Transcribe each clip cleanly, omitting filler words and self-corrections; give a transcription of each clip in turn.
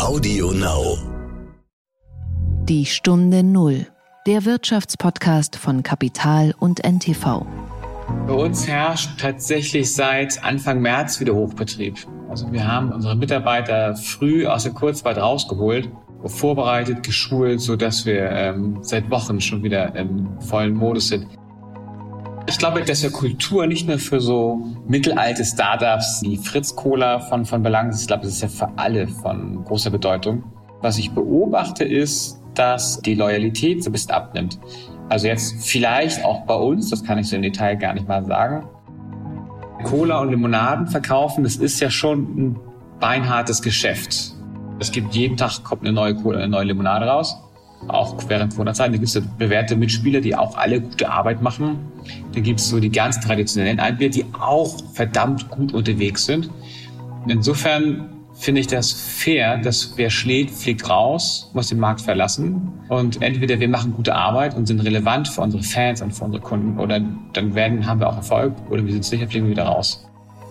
Audio Now. Die Stunde Null, der Wirtschaftspodcast von Kapital und NTV. Bei uns herrscht tatsächlich seit Anfang März wieder Hochbetrieb. Also wir haben unsere Mitarbeiter früh aus der Kurzarbeit rausgeholt, vorbereitet, geschult, sodass wir seit Wochen schon wieder im vollen Modus sind. Ich glaube, dass der Kultur nicht nur für so mittelalte Startups wie Fritz Cola von Belang ist. Ich glaube, das ist ja für alle von großer Bedeutung. Was ich beobachte, ist, dass die Loyalität so ein bisschen abnimmt. Also jetzt vielleicht auch bei uns, das kann ich so im Detail gar nicht mal sagen. Cola und Limonaden verkaufen, das ist ja schon ein beinhartes Geschäft. Es gibt jeden Tag kommt eine neue Cola, eine neue Limonade raus. Auch während Corona-Zeiten, da gibt es bewährte Mitspieler, die auch alle gute Arbeit machen. Da gibt es so die ganz traditionellen Anbieter, die auch verdammt gut unterwegs sind. Insofern finde ich das fair, dass wer schlägt, fliegt raus, muss den Markt verlassen. Und entweder wir machen gute Arbeit und sind relevant für unsere Fans und für unsere Kunden, oder dann haben wir auch Erfolg, oder wir sind sicher, fliegen wir wieder raus.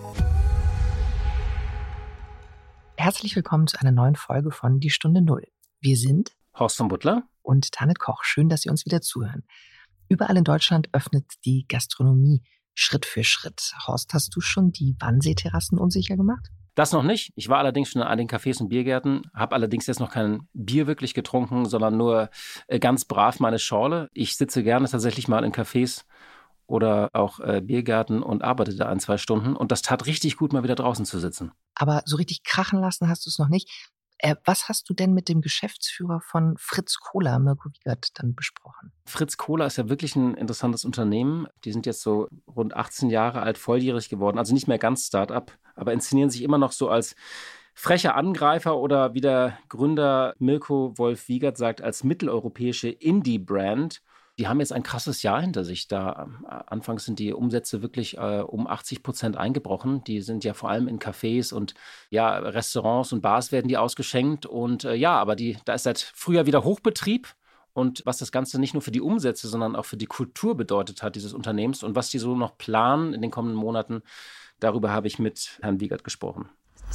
Herzlich willkommen zu einer neuen Folge von Die Stunde Null. Wir sind Horst von Butler und Tanit Koch. Schön, dass Sie uns wieder zuhören. Überall in Deutschland öffnet die Gastronomie Schritt für Schritt. Horst, hast du schon die Wannsee-Terrassen unsicher gemacht? Das noch nicht. Ich war allerdings schon in einigen Cafés und Biergärten, habe allerdings jetzt noch kein Bier wirklich getrunken, sondern nur ganz brav meine Schorle. Ich sitze gerne tatsächlich mal in Cafés oder auch Biergärten und arbeite da 1-2 Stunden. Und das tat richtig gut, mal wieder draußen zu sitzen. Aber so richtig krachen lassen hast du es noch nicht. Was hast du denn mit dem Geschäftsführer von Fritz Cola, Mirko Wiegert, dann besprochen? Fritz Cola ist ja wirklich ein interessantes Unternehmen. Die sind jetzt so rund 18 Jahre alt, volljährig geworden. Also nicht mehr ganz Start-up, aber inszenieren sich immer noch so als frecher Angreifer oder wie der Gründer Mirko Wolf Wiegert sagt, als mitteleuropäische Indie-Brand. Die haben jetzt ein krasses Jahr hinter sich. Da anfangs sind die Umsätze wirklich um 80% eingebrochen. Die sind ja vor allem in Cafés und ja, Restaurants und Bars werden die ausgeschenkt. Und aber da ist seit Frühjahr wieder Hochbetrieb. Und was das Ganze nicht nur für die Umsätze, sondern auch für die Kultur bedeutet hat, dieses Unternehmens und was die so noch planen in den kommenden Monaten, darüber habe ich mit Herrn Wiegert gesprochen.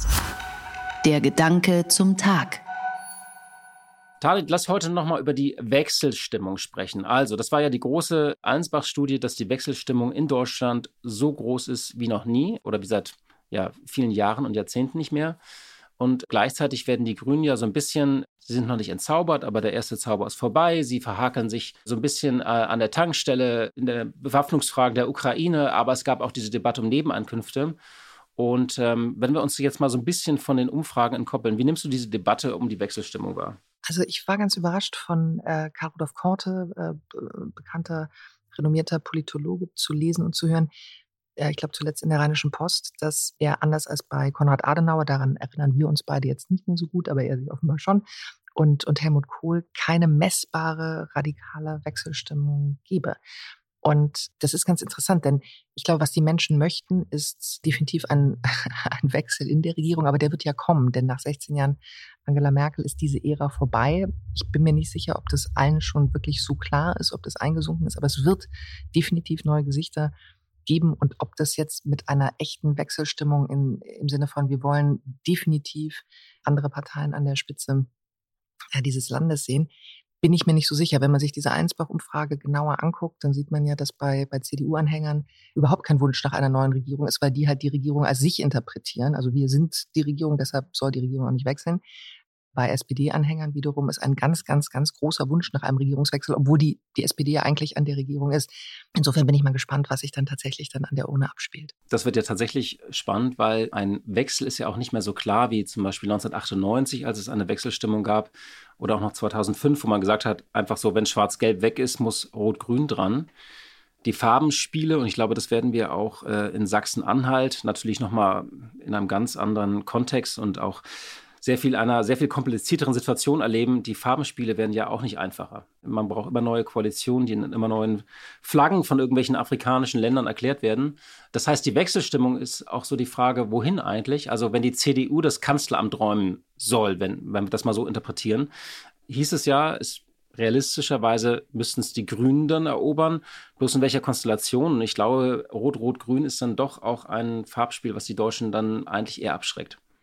Der Gedanke zum Tag. Tanit, lass heute nochmal über die Wechselstimmung sprechen. Also, das war ja die große Allensbach-Studie, dass die Wechselstimmung in Deutschland so groß ist wie noch nie oder wie seit vielen Jahren und Jahrzehnten nicht mehr. Und gleichzeitig werden die Grünen ja so ein bisschen, sie sind noch nicht entzaubert, aber der erste Zauber ist vorbei. Sie verhakeln sich so ein bisschen an der Tankstelle in der Bewaffnungsfrage der Ukraine, aber es gab auch diese Debatte um Nebeneinkünfte. Und wenn wir uns jetzt mal so ein bisschen von den Umfragen entkoppeln, wie nimmst du diese Debatte um die Wechselstimmung wahr? Also ich war ganz überrascht von Karl Rudolph Korte, bekannter, renommierter Politologe, zu lesen und zu hören, ich glaube zuletzt in der Rheinischen Post, dass er anders als bei Konrad Adenauer, daran erinnern wir uns beide jetzt nicht mehr so gut, aber er sich offenbar schon, und Helmut Kohl keine messbare, radikale Wechselstimmung gebe. Und das ist ganz interessant, denn ich glaube, was die Menschen möchten, ist definitiv ein Wechsel in der Regierung, aber der wird ja kommen, denn nach 16 Jahren Angela Merkel ist diese Ära vorbei. Ich bin mir nicht sicher, ob das allen schon wirklich so klar ist, ob das eingesunken ist, aber es wird definitiv neue Gesichter geben und ob das jetzt mit einer echten Wechselstimmung im Sinne von, wir wollen definitiv andere Parteien an der Spitze dieses Landes sehen, bin ich mir nicht so sicher. Wenn man sich diese Allensbach-Umfrage genauer anguckt, dann sieht man ja, dass bei CDU-Anhängern überhaupt kein Wunsch nach einer neuen Regierung ist, weil die halt die Regierung als sich interpretieren. Also wir sind die Regierung, deshalb soll die Regierung auch nicht wechseln. Bei SPD-Anhängern wiederum ist ein ganz, ganz, ganz großer Wunsch nach einem Regierungswechsel, obwohl die SPD ja eigentlich an der Regierung ist. Insofern bin ich mal gespannt, was sich dann tatsächlich dann an der Urne abspielt. Das wird ja tatsächlich spannend, weil ein Wechsel ist ja auch nicht mehr so klar wie zum Beispiel 1998, als es eine Wechselstimmung gab, oder auch noch 2005, wo man gesagt hat, einfach so, wenn Schwarz-Gelb weg ist, muss Rot-Grün dran. Die Farbenspiele, und ich glaube, das werden wir auch in Sachsen-Anhalt natürlich nochmal in einem ganz anderen Kontext und auch sehr viel komplizierteren Situation erleben. Die Farbenspiele werden ja auch nicht einfacher. Man braucht immer neue Koalitionen, die in immer neuen Flaggen von irgendwelchen afrikanischen Ländern erklärt werden. Das heißt, die Wechselstimmung ist auch so die Frage, wohin eigentlich? Also wenn die CDU das Kanzleramt räumen soll, wenn wir das mal so interpretieren, hieß es ja, realistischerweise müssten es die Grünen dann erobern, bloß in welcher Konstellation. Und ich glaube, Rot-Rot-Grün ist dann doch auch ein Farbspiel, was die Deutschen dann eigentlich eher abschreckt.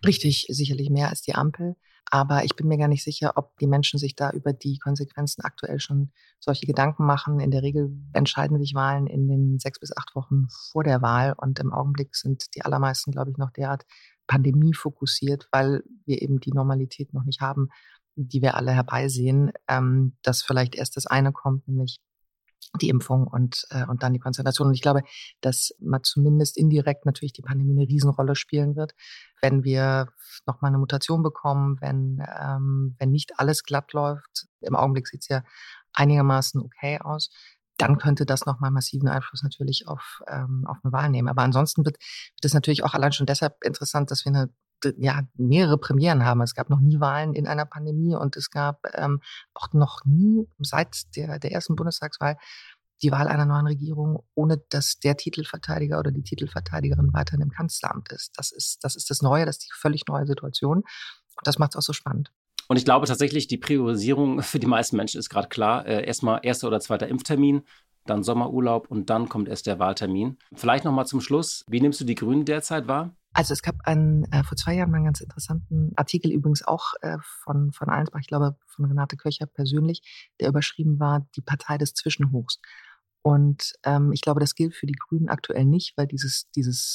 Richtig, sicherlich mehr als die Ampel. Aber ich bin mir gar nicht sicher, ob die Menschen sich da über die Konsequenzen aktuell schon solche Gedanken machen. In der Regel entscheiden sich Wahlen in den 6 bis 8 Wochen vor der Wahl. Und im Augenblick sind die allermeisten, glaube ich, noch derart pandemiefokussiert, weil wir eben die Normalität noch nicht haben, die wir alle herbeisehen, dass vielleicht erst das eine kommt, nämlich die Impfung und dann die Konzentration. Und ich glaube, dass man zumindest indirekt natürlich die Pandemie eine Riesenrolle spielen wird, wenn wir nochmal eine Mutation bekommen, wenn nicht alles glatt läuft. Im Augenblick sieht es ja einigermaßen okay aus. Dann könnte das nochmal massiven Einfluss natürlich auf eine Wahl nehmen. Aber ansonsten wird es natürlich auch allein schon deshalb interessant, dass wir mehrere Premieren haben. Es gab noch nie Wahlen in einer Pandemie und es gab auch noch nie seit der ersten Bundestagswahl die Wahl einer neuen Regierung, ohne dass der Titelverteidiger oder die Titelverteidigerin weiterhin im Kanzleramt ist. Das ist das Neue, das ist die völlig neue Situation. Und das macht es auch so spannend. Und ich glaube tatsächlich, die Priorisierung für die meisten Menschen ist gerade klar. Erstmal erster oder zweiter Impftermin, dann Sommerurlaub und dann kommt erst der Wahltermin. Vielleicht nochmal zum Schluss. Wie nimmst du die Grünen derzeit wahr? Also es gab vor 2 Jahren mal einen ganz interessanten Artikel, übrigens auch von Allensbach, ich glaube von Renate Köcher persönlich, der überschrieben war, die Partei des Zwischenhochs. Und ich glaube, das gilt für die Grünen aktuell nicht, weil dieses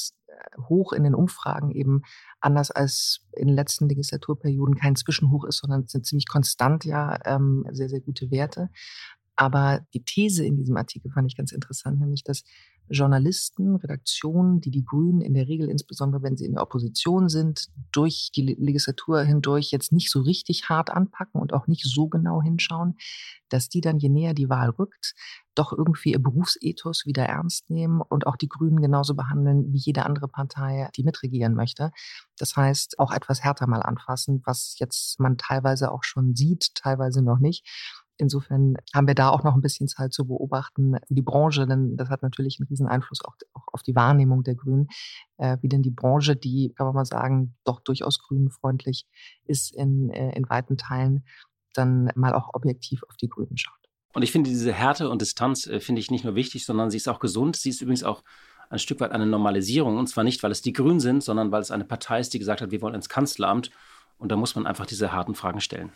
Hoch in den Umfragen eben anders als in den letzten Legislaturperioden kein Zwischenhoch ist, sondern es sind ziemlich konstant sehr, sehr gute Werte. Aber die These in diesem Artikel fand ich ganz interessant, nämlich dass Journalisten, Redaktionen, die Grünen in der Regel, insbesondere wenn sie in der Opposition sind, durch die Legislatur hindurch jetzt nicht so richtig hart anpacken und auch nicht so genau hinschauen, dass die dann, je näher die Wahl rückt, doch irgendwie ihr Berufsethos wieder ernst nehmen und auch die Grünen genauso behandeln wie jede andere Partei, die mitregieren möchte. Das heißt, auch etwas härter mal anfassen, was jetzt man teilweise auch schon sieht, teilweise noch nicht. Insofern haben wir da auch noch ein bisschen Zeit zu beobachten, wie die Branche, denn das hat natürlich einen riesen Einfluss auch auf die Wahrnehmung der Grünen, wie denn die Branche, die, kann man mal sagen, doch durchaus grünenfreundlich ist in weiten Teilen, dann mal auch objektiv auf die Grünen schaut. Und ich finde, diese Härte und Distanz finde ich nicht nur wichtig, sondern sie ist auch gesund. Sie ist übrigens auch ein Stück weit eine Normalisierung. Und zwar nicht, weil es die Grünen sind, sondern weil es eine Partei ist, die gesagt hat, wir wollen ins Kanzleramt. Und da muss man einfach diese harten Fragen stellen.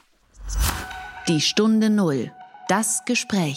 Die Stunde Null. Das Gespräch.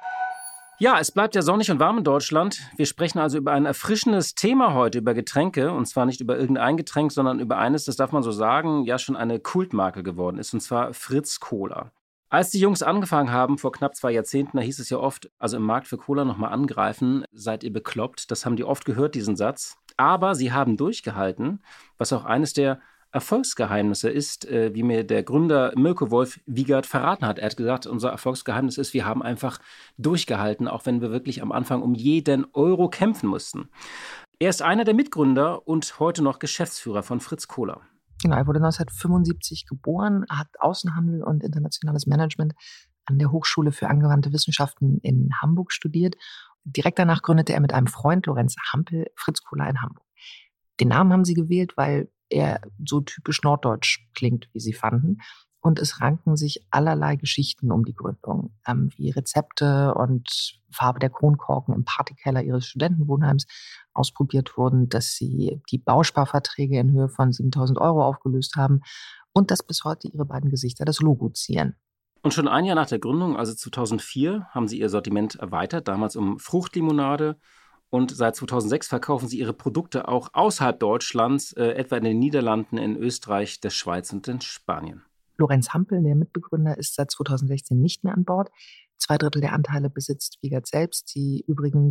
Ja, es bleibt ja sonnig und warm in Deutschland. Wir sprechen also über ein erfrischendes Thema heute, über Getränke. Und zwar nicht über irgendein Getränk, sondern über eines, das darf man so sagen, ja schon eine Kultmarke geworden ist. Und zwar Fritz Cola. Als die Jungs angefangen haben, vor knapp 2 Jahrzehnten, da hieß es ja oft, also im Markt für Cola nochmal angreifen, seid ihr bekloppt. Das haben die oft gehört, diesen Satz. Aber sie haben durchgehalten, was auch eines der Erfolgsgeheimnisse ist, wie mir der Gründer Mirko Wolf-Wiegert verraten hat. Er hat gesagt, unser Erfolgsgeheimnis ist, wir haben einfach durchgehalten, auch wenn wir wirklich am Anfang um jeden Euro kämpfen mussten. Er ist einer der Mitgründer und heute noch Geschäftsführer von Fritz Cola. Genau, er wurde 1975 geboren, hat Außenhandel und internationales Management an der Hochschule für angewandte Wissenschaften in Hamburg studiert. Direkt danach gründete er mit einem Freund, Lorenz Hampel, Fritz Cola in Hamburg. Den Namen haben sie gewählt, weil er so typisch norddeutsch klingt, wie sie fanden. Und es ranken sich allerlei Geschichten um die Gründung, wie Rezepte und Farbe der Kronkorken im Partykeller ihres Studentenwohnheims ausprobiert wurden, dass sie die Bausparverträge in Höhe von 7.000 € aufgelöst haben und dass bis heute ihre beiden Gesichter das Logo zieren. Und schon ein Jahr nach der Gründung, also 2004, haben sie ihr Sortiment erweitert, damals um Fruchtlimonade. Und seit 2006 verkaufen sie ihre Produkte auch außerhalb Deutschlands, etwa in den Niederlanden, in Österreich, der Schweiz und in Spanien. Lorenz Hampel, der Mitbegründer, ist seit 2016 nicht mehr an Bord. 2/3 der Anteile besitzt Wiegert selbst. Die übrigen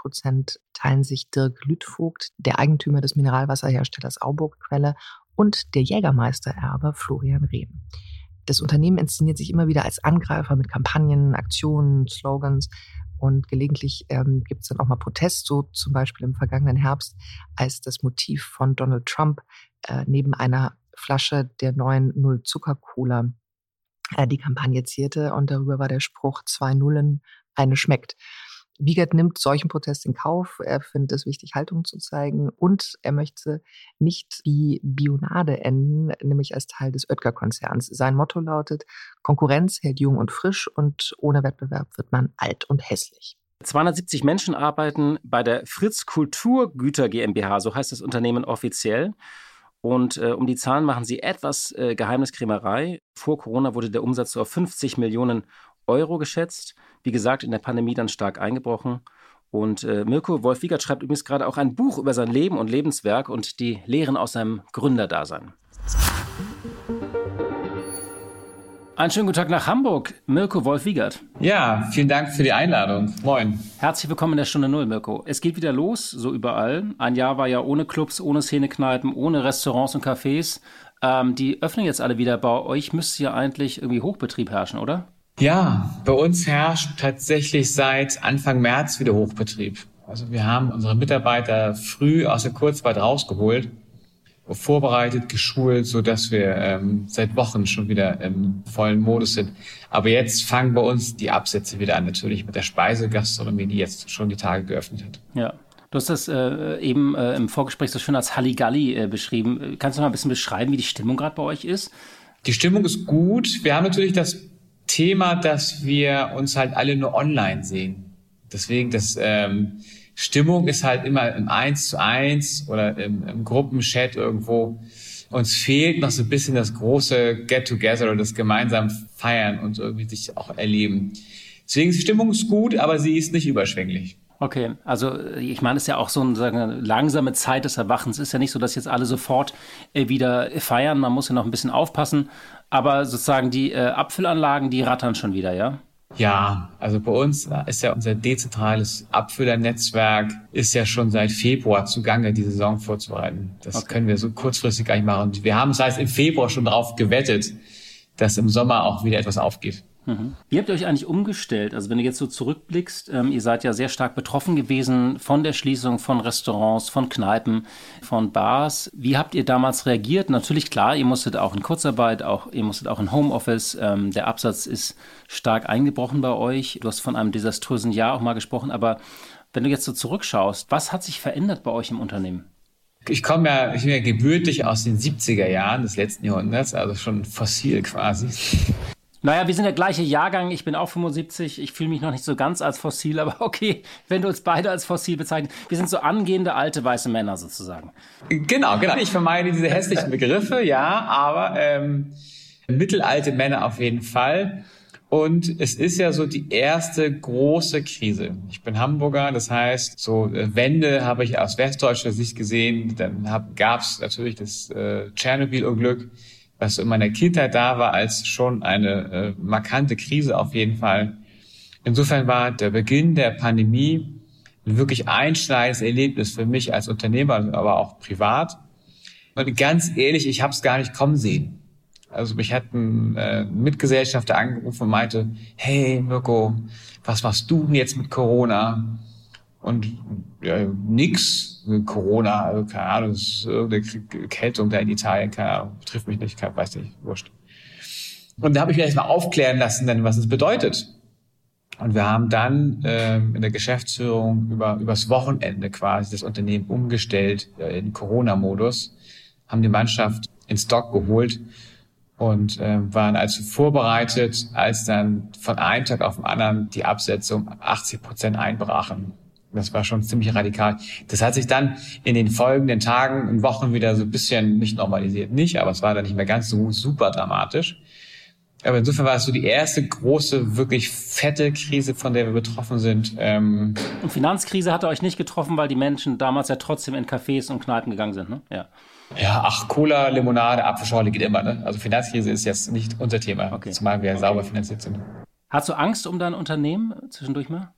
30% teilen sich Dirk Lüttvogt, der Eigentümer des Mineralwasserherstellers Auburg Quelle, und der Jägermeistererbe Florian Rehm. Das Unternehmen inszeniert sich immer wieder als Angreifer mit Kampagnen, Aktionen, Slogans. Und gelegentlich gibt es dann auch mal Protest, so zum Beispiel im vergangenen Herbst, als das Motiv von Donald Trump neben einer Flasche der neuen Null-Zucker-Cola die Kampagne zierte. Und darüber war der Spruch 2 Nullen, eine schmeckt. Wiegert nimmt solchen Protest in Kauf. Er findet es wichtig, Haltung zu zeigen. Und er möchte nicht wie Bionade enden, nämlich als Teil des Oetker-Konzerns. Sein Motto lautet, Konkurrenz hält jung und frisch und ohne Wettbewerb wird man alt und hässlich. 270 Menschen arbeiten bei der Fritz Kulturgüter GmbH, so heißt das Unternehmen offiziell. Und um die Zahlen machen Sie etwas Geheimniskrämerei. Vor Corona wurde der Umsatz so auf 50 Millionen Euro geschätzt. Wie gesagt, in der Pandemie dann stark eingebrochen. Und Mirko Wolf-Wiegert schreibt übrigens gerade auch ein Buch über sein Leben und Lebenswerk und die Lehren aus seinem Gründerdasein. Einen schönen guten Tag nach Hamburg, Mirko Wolf-Wiegert. Ja, vielen Dank für die Einladung. Moin. Herzlich willkommen in der Stunde Null, Mirko. Es geht wieder los, so überall. Ein Jahr war ja ohne Clubs, ohne Szenekneipen, ohne Restaurants und Cafés. Die öffnen jetzt alle wieder. Bei euch müsste ja eigentlich irgendwie Hochbetrieb herrschen, oder? Ja, bei uns herrscht tatsächlich seit Anfang März wieder Hochbetrieb. Also wir haben unsere Mitarbeiter früh aus der Kurzarbeit rausgeholt, vorbereitet, geschult, so dass wir seit Wochen schon wieder im vollen Modus sind. Aber jetzt fangen bei uns die Absätze wieder an, natürlich mit der Speisegastronomie, die jetzt schon die Tage geöffnet hat. Ja, du hast das eben im Vorgespräch so schön als Halligalli beschrieben. Kannst du mal ein bisschen beschreiben, wie die Stimmung gerade bei euch ist? Die Stimmung ist gut. Wir haben natürlich das Thema, dass wir uns halt alle nur online sehen. Deswegen das Stimmung ist halt immer im 1:1 oder im Gruppenchat irgendwo. Uns fehlt noch so ein bisschen das große Get-Together oder das gemeinsam Feiern und irgendwie sich auch erleben. Deswegen die Stimmung ist gut, aber sie ist nicht überschwänglich. Okay, also ich meine, es ist ja auch so eine langsame Zeit des Erwachens. Es ist ja nicht so, dass jetzt alle sofort wieder feiern. Man muss ja noch ein bisschen aufpassen. Aber sozusagen die Abfüllanlagen, die rattern schon wieder, ja? Ja, also bei uns ist ja unser dezentrales Abfüllernetzwerk ist ja schon seit Februar zugange, die Saison vorzubereiten. Das können wir so kurzfristig gar nicht machen. Und wir haben, das heißt, im Februar schon darauf gewettet, dass im Sommer auch wieder etwas aufgeht. Wie habt ihr euch eigentlich umgestellt? Also wenn du jetzt so zurückblickst, ihr seid ja sehr stark betroffen gewesen von der Schließung von Restaurants, von Kneipen, von Bars. Wie habt ihr damals reagiert? Natürlich, klar, ihr musstet auch in Kurzarbeit, ihr musstet auch in Homeoffice. Der Absatz ist stark eingebrochen bei euch. Du hast von einem desaströsen Jahr auch mal gesprochen. Aber wenn du jetzt so zurückschaust, was hat sich verändert bei euch im Unternehmen? Ich bin ja gebürtig aus den 70er Jahren des letzten Jahrhunderts, also schon fossil quasi. Naja, wir sind der gleiche Jahrgang. Ich bin auch 75. Ich fühle mich noch nicht so ganz als fossil, aber okay, wenn du uns beide als fossil bezeichnest. Wir sind so angehende alte weiße Männer sozusagen. Genau. Ich vermeide diese hässlichen Begriffe, ja, aber mittelalte Männer auf jeden Fall. Und es ist ja so die erste große Krise. Ich bin Hamburger, das heißt, so Wende habe ich aus westdeutscher Sicht gesehen. Dann gab es natürlich das Tschernobyl-Unglück, was in meiner Kindheit da war, als schon eine markante Krise auf jeden Fall. Insofern war der Beginn der Pandemie ein wirklich einschneidendes Erlebnis für mich als Unternehmer, aber auch privat. Und ganz ehrlich, ich habe es gar nicht kommen sehen. Also mich hat ein Mitgesellschafter angerufen und meinte, hey Mirko, was machst du denn jetzt mit Corona? Und ja, nix, Corona, also keine Ahnung, das ist irgendeine Erkältung da in Italien, keine Ahnung, betrifft mich nicht, weiß nicht, wurscht. Und da habe ich mir erstmal aufklären lassen, dann, was es bedeutet. Und wir haben dann in der Geschäftsführung übers Wochenende quasi das Unternehmen umgestellt in Corona-Modus, haben die Mannschaft in Stock geholt und waren also vorbereitet, als dann von einem Tag auf den anderen die Absätze um 80% einbrachen. Das war schon ziemlich radikal. Das hat sich dann in den folgenden Tagen und Wochen wieder so ein bisschen nicht normalisiert, aber es war dann nicht mehr ganz so super dramatisch. Aber insofern war es so die erste große, wirklich fette Krise, von der wir betroffen sind. Und Finanzkrise hat euch nicht getroffen, weil die Menschen damals ja trotzdem in Cafés und Kneipen gegangen sind, ne? Ja. Ja, Cola, Limonade, Apfelschorle geht immer, ne? Also Finanzkrise ist jetzt nicht unser Thema, zumal wir sauber finanziert sind. Hast du Angst um dein Unternehmen zwischendurch mal?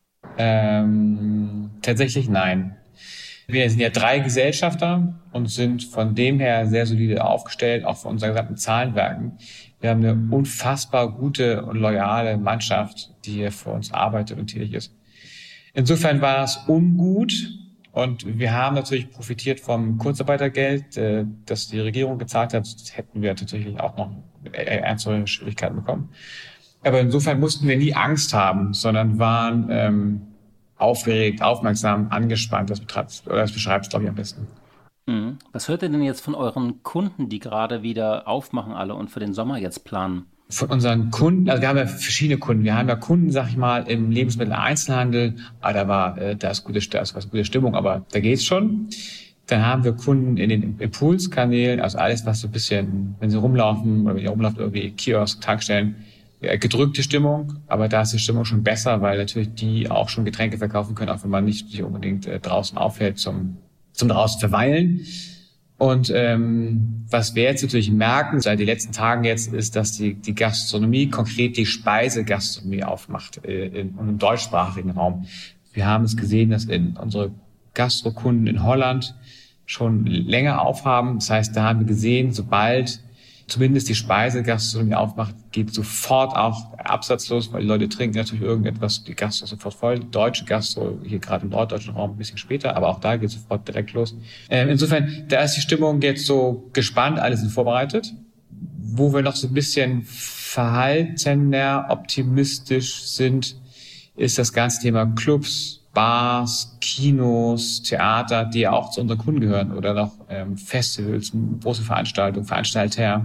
Tatsächlich nein. Wir sind ja 3 Gesellschafter und sind von dem her sehr solide aufgestellt, auch von unseren gesamten Zahlenwerken. Wir haben eine unfassbar gute und loyale Mannschaft, die hier für uns arbeitet und tätig ist. Insofern war es ungut und wir haben natürlich profitiert vom Kurzarbeitergeld, das die Regierung gezahlt hat. Das hätten wir tatsächlich auch noch ernstere Schwierigkeiten bekommen. Aber insofern mussten wir nie Angst haben, sondern waren aufgeregt, aufmerksam, angespannt. Das beschreibt es, glaube ich, am besten. Was hört ihr denn jetzt von euren Kunden, die gerade wieder aufmachen alle und für den Sommer jetzt planen? Von unseren Kunden, also wir haben ja verschiedene Kunden. Wir haben ja Kunden, sag ich mal, im Lebensmitteleinzelhandel. Da ist gute Stimmung, aber da geht's schon. Dann haben wir Kunden in den Impulskanälen, also alles, was so ein bisschen, wenn sie rumlaufen oder wenn ihr rumlauft, irgendwie Kiosk, Tankstellen, gedrückte Stimmung. Aber da ist die Stimmung schon besser, weil natürlich die auch schon Getränke verkaufen können, auch wenn man nicht sich unbedingt draußen aufhält zum draußen verweilen. Und was wir jetzt natürlich merken, seit den letzten Tagen jetzt, ist, dass die Gastronomie, konkret die Speisegastronomie aufmacht im deutschsprachigen Raum. Wir haben es gesehen, dass unsere Gastrokunden in Holland schon länger aufhaben. Das heißt, da haben wir gesehen, sobald zumindest die Speisegastronomie aufmacht, geht sofort auch Absatz los, weil die Leute trinken natürlich irgendetwas, die Gastro ist sofort voll. Die deutsche Gastro, hier gerade im norddeutschen Raum ein bisschen später, aber auch da geht sofort direkt los. Insofern, da ist die Stimmung jetzt so gespannt, alle sind vorbereitet. Wo wir noch so ein bisschen verhaltener optimistisch sind, ist das ganze Thema Clubs, Bars, Kinos, Theater, die ja auch zu unseren Kunden gehören, oder noch Festivals, große Veranstaltungen, Veranstalter,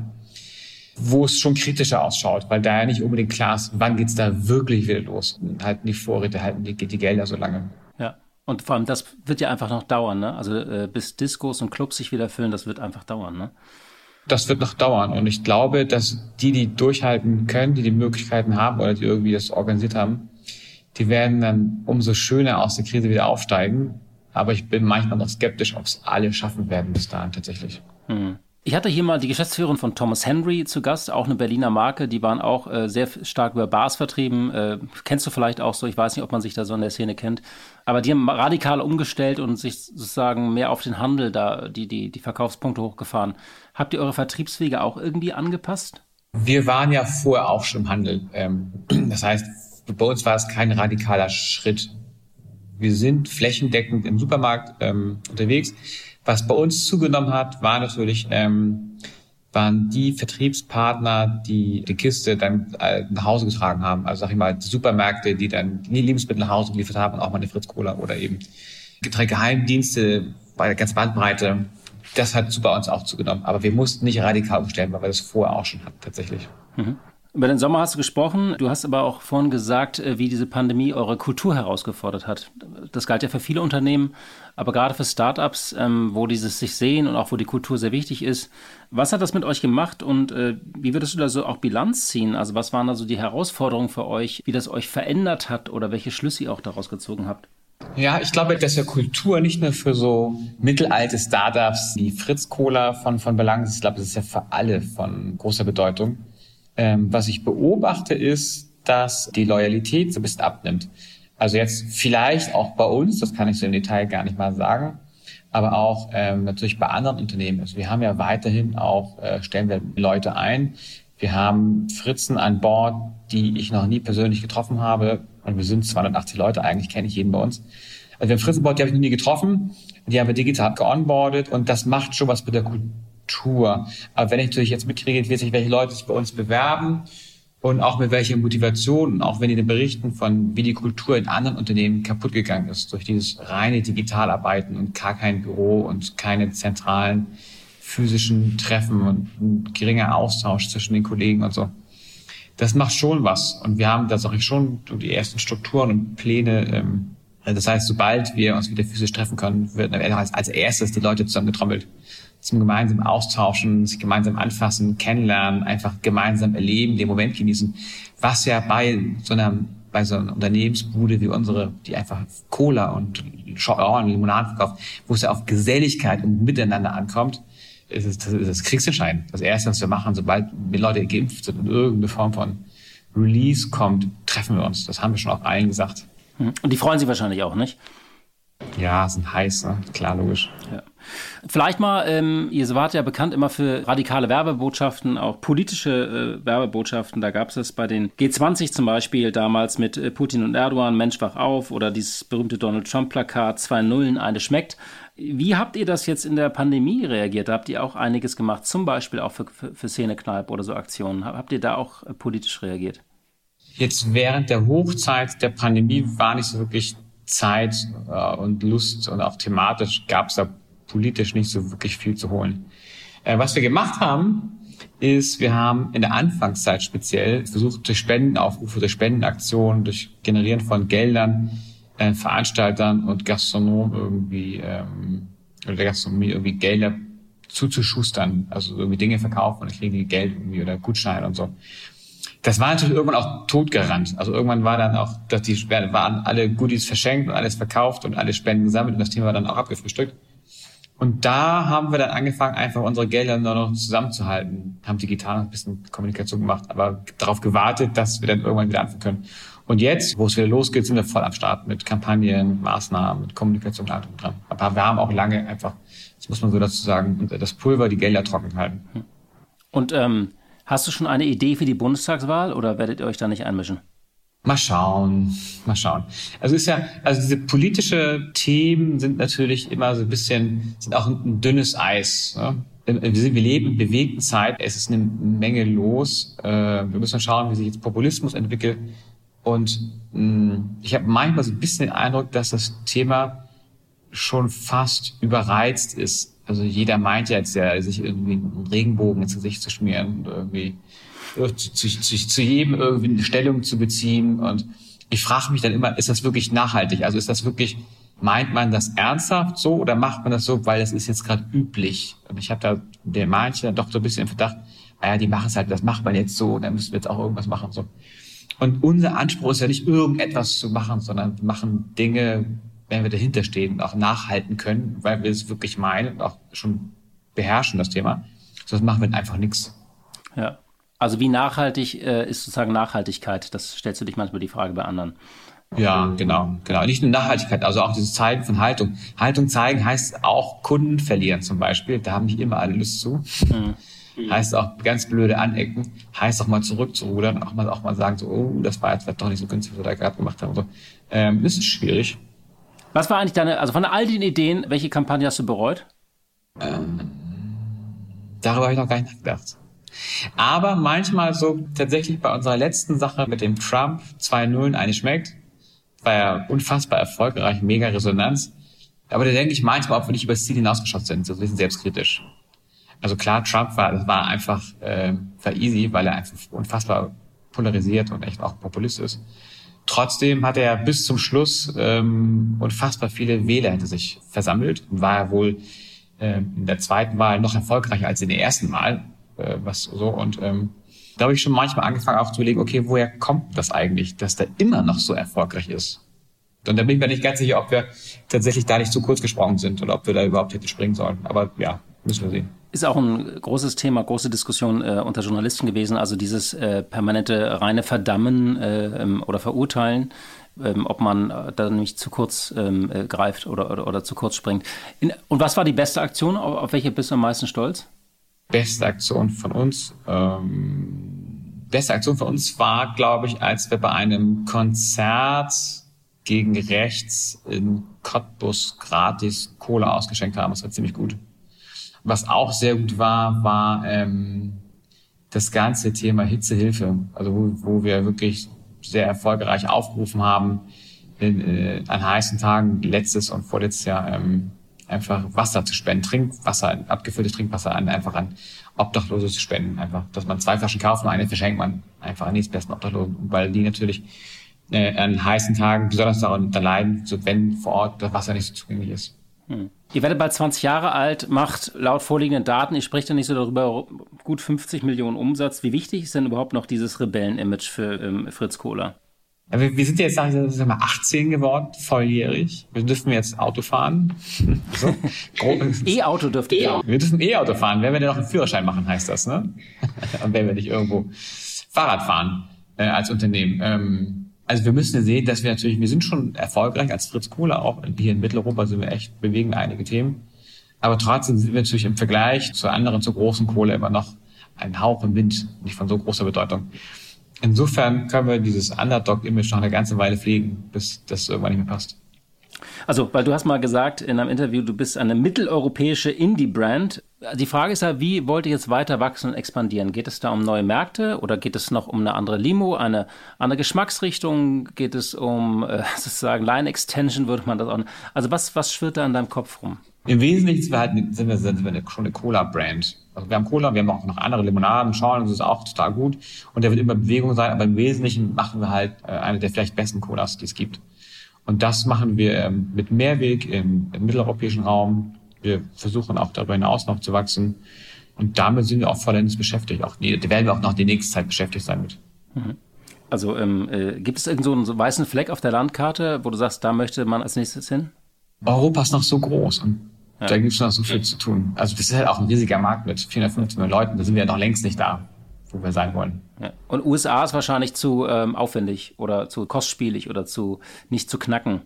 wo es schon kritischer ausschaut, weil da ja nicht unbedingt klar ist, wann geht's da wirklich wieder los. Halten die Vorräte, halten die Gelder so lange. Ja, und vor allem das wird ja einfach noch dauern, ne? Also bis Diskos und Clubs sich wieder füllen, das wird einfach dauern, ne? Das wird noch dauern, und ich glaube, dass die durchhalten können, die Möglichkeiten haben oder die irgendwie das organisiert haben, die werden dann umso schöner aus der Krise wieder aufsteigen. Aber ich bin manchmal noch skeptisch, ob es alle schaffen werden bis dahin tatsächlich. Ich hatte hier mal die Geschäftsführerin von Thomas Henry zu Gast, auch eine Berliner Marke. Die waren auch sehr stark über Bars vertrieben. Kennst du vielleicht auch so, ich weiß nicht, ob man sich da so in der Szene kennt. Aber die haben radikal umgestellt und sich sozusagen mehr auf den Handel da, die Verkaufspunkte hochgefahren. Habt ihr eure Vertriebswege auch irgendwie angepasst? Wir waren ja vorher auch schon im Handel. Das heißt, bei uns war es kein radikaler Schritt. Wir sind flächendeckend im Supermarkt unterwegs. Was bei uns zugenommen hat, war natürlich, waren die Vertriebspartner, die die Kiste dann nach Hause getragen haben. Also sag ich mal, die Supermärkte, die dann die Lebensmittel nach Hause geliefert haben, und auch mal eine Fritz Cola oder eben Getränkeheimdienste bei der ganzen Bandbreite. Das hat bei uns auch zugenommen. Aber wir mussten nicht radikal umstellen, weil wir das vorher auch schon hatten tatsächlich. Über den Sommer hast du gesprochen. Du hast aber auch vorhin gesagt, wie diese Pandemie eure Kultur herausgefordert hat. Das galt ja für viele Unternehmen, aber gerade für Startups, wo dieses sich sehen und auch wo die Kultur sehr wichtig ist. Was hat das mit euch gemacht und wie würdest du da so auch Bilanz ziehen? Also was waren da so die Herausforderungen für euch, wie das euch verändert hat oder welche Schlüsse ihr auch daraus gezogen habt? Ja, ich glaube, dass ja Kultur nicht nur für so mittelalte Startups wie Fritz Cola von Belang ist. Ich glaube, das ist ja für alle von großer Bedeutung. Was ich beobachte, ist, dass die Loyalität so ein bisschen abnimmt. Also jetzt vielleicht auch bei uns, das kann ich so im Detail gar nicht mal sagen, aber auch natürlich bei anderen Unternehmen. Also wir haben ja weiterhin auch, stellen wir Leute ein. Wir haben Fritzen an Bord, die ich noch nie persönlich getroffen habe. Und wir sind 280 Leute, eigentlich kenne ich jeden bei uns. Also wir haben Fritzen an Bord, die habe ich noch nie getroffen. Die haben wir digital geonboardet, und das macht schon was mit der Kultur. Aber wenn ich natürlich jetzt mitkriege, welche Leute sich bei uns bewerben und auch mit welcher Motivation, auch wenn die dann berichten von, wie die Kultur in anderen Unternehmen kaputt gegangen ist, durch dieses reine Digitalarbeiten und gar kein Büro und keine zentralen physischen Treffen und ein geringer Austausch zwischen den Kollegen und so. Das macht schon was. Und wir haben da, sag ich schon, die ersten Strukturen und Pläne. Das heißt, sobald wir uns wieder physisch treffen können, werden als erstes die Leute zusammengetrommelt. Zum gemeinsamen Austauschen, sich gemeinsam anfassen, kennenlernen, einfach gemeinsam erleben, den Moment genießen. Was ja bei so einer Unternehmensbude wie unsere, die einfach Cola und Limonaden verkauft, wo es ja auf Geselligkeit und Miteinander ankommt, ist das kriegsentscheidend. Das Erste, was wir machen, sobald wir Leute geimpft sind und irgendeine Form von Release kommt, treffen wir uns. Das haben wir schon auch allen gesagt. Und die freuen sich wahrscheinlich auch, nicht? Ja, sind heiß, ne? Klar, logisch. Ja. Vielleicht mal, ihr wart ja bekannt immer für radikale Werbebotschaften, auch politische Werbebotschaften. Da gab es bei den G20 zum Beispiel damals mit Putin und Erdogan, Mensch, wach auf, oder dieses berühmte Donald Trump-Plakat, 2 Nullen, eine schmeckt. Wie habt ihr das jetzt in der Pandemie reagiert? Da habt ihr auch einiges gemacht, zum Beispiel auch für Szene-Kneipe oder so Aktionen. Habt ihr da auch politisch reagiert? Jetzt während der Hochzeit der Pandemie war nicht so wirklich Zeit und Lust, und auch thematisch gab es da politisch nicht so wirklich viel zu holen. Was wir gemacht haben, ist, wir haben in der Anfangszeit speziell versucht, durch Spendenaufrufe, durch Spendenaktionen, durch Generieren von Geldern, Veranstaltern und Gastronomen irgendwie oder der Gastronomie irgendwie Gelder zuzuschustern, also irgendwie Dinge verkaufen und dann kriegen die Geld irgendwie oder Gutscheine und so. Das war natürlich irgendwann auch totgerannt. Also irgendwann war dann auch, waren alle Goodies verschenkt und alles verkauft und alle Spenden gesammelt und das Thema war dann auch abgefrühstückt. Und da haben wir dann angefangen, einfach unsere Gelder nur noch zusammenzuhalten, haben digital noch ein bisschen Kommunikation gemacht, aber darauf gewartet, dass wir dann irgendwann wieder anfangen können. Und jetzt, wo es wieder losgeht, sind wir voll am Start mit Kampagnen, Maßnahmen, mit Kommunikation und allem dran. Aber wir haben auch lange einfach, das muss man so dazu sagen, das Pulver, die Gelder trocken halten. Und hast du schon eine Idee für die Bundestagswahl oder werdet ihr euch da nicht einmischen? Mal schauen. Also diese politische Themen sind natürlich immer so ein bisschen, sind auch ein dünnes Eis. Ne? Wir leben in bewegten Zeit. Es ist eine Menge los. Wir müssen schauen, wie sich jetzt Populismus entwickelt. Und ich habe manchmal so ein bisschen den Eindruck, dass das Thema schon fast überreizt ist. Also jeder meint ja jetzt ja, sich irgendwie einen Regenbogen ins Gesicht zu schmieren und irgendwie zu jedem irgendwie eine Stellung zu beziehen. Und ich frage mich dann immer, ist das wirklich nachhaltig? Also ist das wirklich, meint man das ernsthaft so oder macht man das so, weil das ist jetzt gerade üblich? Und ich habe da manche doch so ein bisschen im Verdacht, die machen es halt, das macht man jetzt so, dann müssen wir jetzt auch irgendwas machen. So. Und unser Anspruch ist ja nicht, irgendetwas zu machen, sondern wir machen Dinge, wenn wir dahinter stehen und auch nachhalten können, weil wir es wirklich meinen und auch schon beherrschen, das Thema. Sonst machen wir einfach nichts. Ja. Also wie nachhaltig ist sozusagen Nachhaltigkeit? Das stellst du dich manchmal die Frage bei anderen. Ja, genau. Nicht nur Nachhaltigkeit, also auch dieses Zeigen von Haltung. Haltung zeigen heißt auch Kunden verlieren zum Beispiel. Da haben nicht immer alle Lust zu. Heißt auch ganz blöde Anecken. Heißt auch mal zurückzurudern. Auch mal sagen so, oh, das war jetzt doch nicht so günstig, was wir da gerade gemacht haben. So. Das ist schwierig. Was war eigentlich also von all den Ideen, welche Kampagne hast du bereut? Darüber habe ich noch gar nicht nachgedacht. Aber manchmal so tatsächlich bei unserer letzten Sache mit dem Trump 2.0 eine schmeckt, war ja unfassbar erfolgreich, mega Resonanz. Aber da denke ich manchmal, ob wir nicht über das Ziel hinausgeschossen sind, so ein bisschen selbstkritisch. Also klar, Trump war einfach war easy, weil er einfach unfassbar polarisiert und echt auch Populist ist. Trotzdem hat er bis zum Schluss unfassbar viele Wähler hinter sich versammelt und war ja wohl in der zweiten Wahl noch erfolgreicher als in der ersten Wahl. Da habe ich schon manchmal angefangen auch zu überlegen, okay, woher kommt das eigentlich, dass der immer noch so erfolgreich ist? Und da bin ich mir nicht ganz sicher, ob wir tatsächlich da nicht zu kurz gesprungen sind oder ob wir da überhaupt hätten springen sollen. Aber ja, müssen wir sehen. Ist auch ein großes Thema, große Diskussion unter Journalisten gewesen, also dieses permanente reine Verdammen oder Verurteilen, ob man da nicht zu kurz greift oder zu kurz springt. Und was war die beste Aktion? Auf welche bist du am meisten stolz? Beste Aktion von uns war, glaube ich, als wir bei einem Konzert gegen rechts in Cottbus gratis Cola ausgeschenkt haben. Das war ziemlich gut. Was auch sehr gut war das ganze Thema Hitzehilfe. Also wo wir wirklich sehr erfolgreich aufgerufen haben, an heißen Tagen letztes und vorletztes Jahr einfach Wasser zu spenden, abgefülltes Trinkwasser einfach an Obdachlose zu spenden. Einfach, dass man 2 Flaschen kauft und eine verschenkt man einfach an die besten Obdachlosen, weil die natürlich an heißen Tagen besonders darunter leiden, so wenn vor Ort das Wasser nicht so zugänglich ist. Ihr werdet bald 20 Jahre alt, macht laut vorliegenden Daten, ich spreche da nicht so darüber, gut 50 Millionen Umsatz. Wie wichtig ist denn überhaupt noch dieses Rebellen-Image für Fritz Kohler? Ja, wir sind jetzt 18 geworden, volljährig. Wir dürfen jetzt Auto fahren. So. E-Auto dürft ihr. Wir dürfen E-Auto fahren. Wenn wir denn noch einen Führerschein machen, heißt das, ne? Und wenn wir nicht irgendwo Fahrrad fahren als Unternehmen. Also wir müssen ja sehen, dass wir sind schon erfolgreich als Fritz Kohler auch. Hier in Mitteleuropa bewegen einige Themen. Aber trotzdem sind wir natürlich im Vergleich zu anderen, zu großen Kohle immer noch ein Hauch im Wind, nicht von so großer Bedeutung. Insofern können wir dieses Underdog-Image noch eine ganze Weile pflegen, bis das irgendwann nicht mehr passt. Also, weil du hast mal gesagt in einem Interview, du bist eine mitteleuropäische Indie-Brand. Die Frage ist ja, wie wollt ihr jetzt weiter wachsen und expandieren? Geht es da um neue Märkte oder geht es noch um eine andere Limo, eine andere Geschmacksrichtung? Geht es um sozusagen Line-Extension, würde man das auch... Also was schwirrt da in deinem Kopf rum? Im Wesentlichen sind wir schon eine Cola-Brand. Also wir haben Cola, wir haben auch noch andere Limonaden, Schorlen, das ist auch total gut. Und der wird immer Bewegung sein, aber im Wesentlichen machen wir halt eine der vielleicht besten Colas, die es gibt. Und das machen wir mit Mehrweg im mitteleuropäischen Raum, Wir versuchen auch darüber hinaus noch zu wachsen. Und damit sind wir auch vollends beschäftigt. Da werden wir auch noch die nächste Zeit beschäftigt sein mit. Also gibt es irgend so einen weißen Fleck auf der Landkarte, wo du sagst, da möchte man als nächstes hin? Europa ist noch so groß und da gibt es noch so viel zu tun. Also das ist halt auch ein riesiger Markt mit 450 Millionen Leuten. Da sind wir ja noch längst nicht da, wo wir sein wollen. Ja. Und USA ist wahrscheinlich zu aufwendig oder zu kostspielig oder nicht zu knacken.